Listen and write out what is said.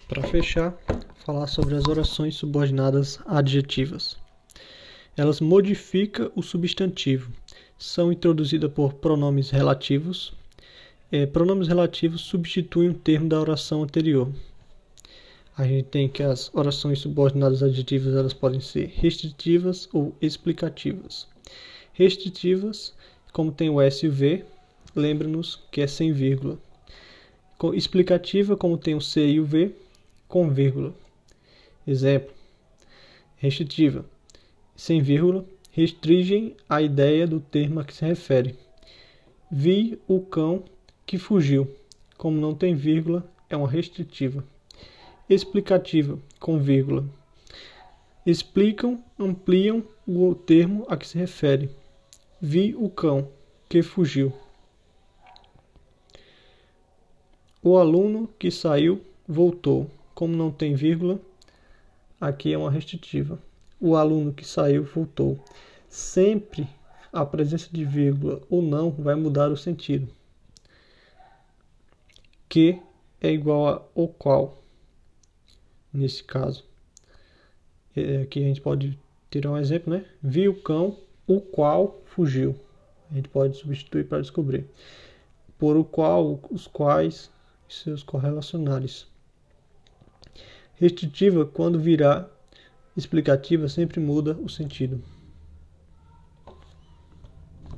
Para fechar, falar sobre as orações subordinadas adjetivas. Elas modificam o substantivo. São introduzidas por pronomes relativos. Pronomes relativos substituem o termo da oração anterior. A gente tem que as orações subordinadas adjetivas elas podem ser restritivas ou explicativas. Restritivas, como tem o S e o V, lembra-nos que é sem vírgula. Explicativa, como tem o C e o V, com vírgula. Exemplo: restritiva, sem vírgula, restringem a ideia do termo a que se refere. Vi o cão que fugiu. Como não tem vírgula, é uma restritiva. Explicativa, com vírgula. Explicam, ampliam o termo a que se refere. Vi o cão que fugiu. O aluno que saiu voltou. Como não tem vírgula, aqui é uma restritiva. O aluno que saiu voltou. Sempre a presença de vírgula ou não vai mudar o sentido. Que é igual a o qual. Nesse caso. Aqui a gente pode tirar um exemplo, né? Vi o cão, o qual fugiu. A gente pode substituir para descobrir. Por o qual, os quais e seus correlacionares. Restritiva, quando virar explicativa, sempre muda o sentido.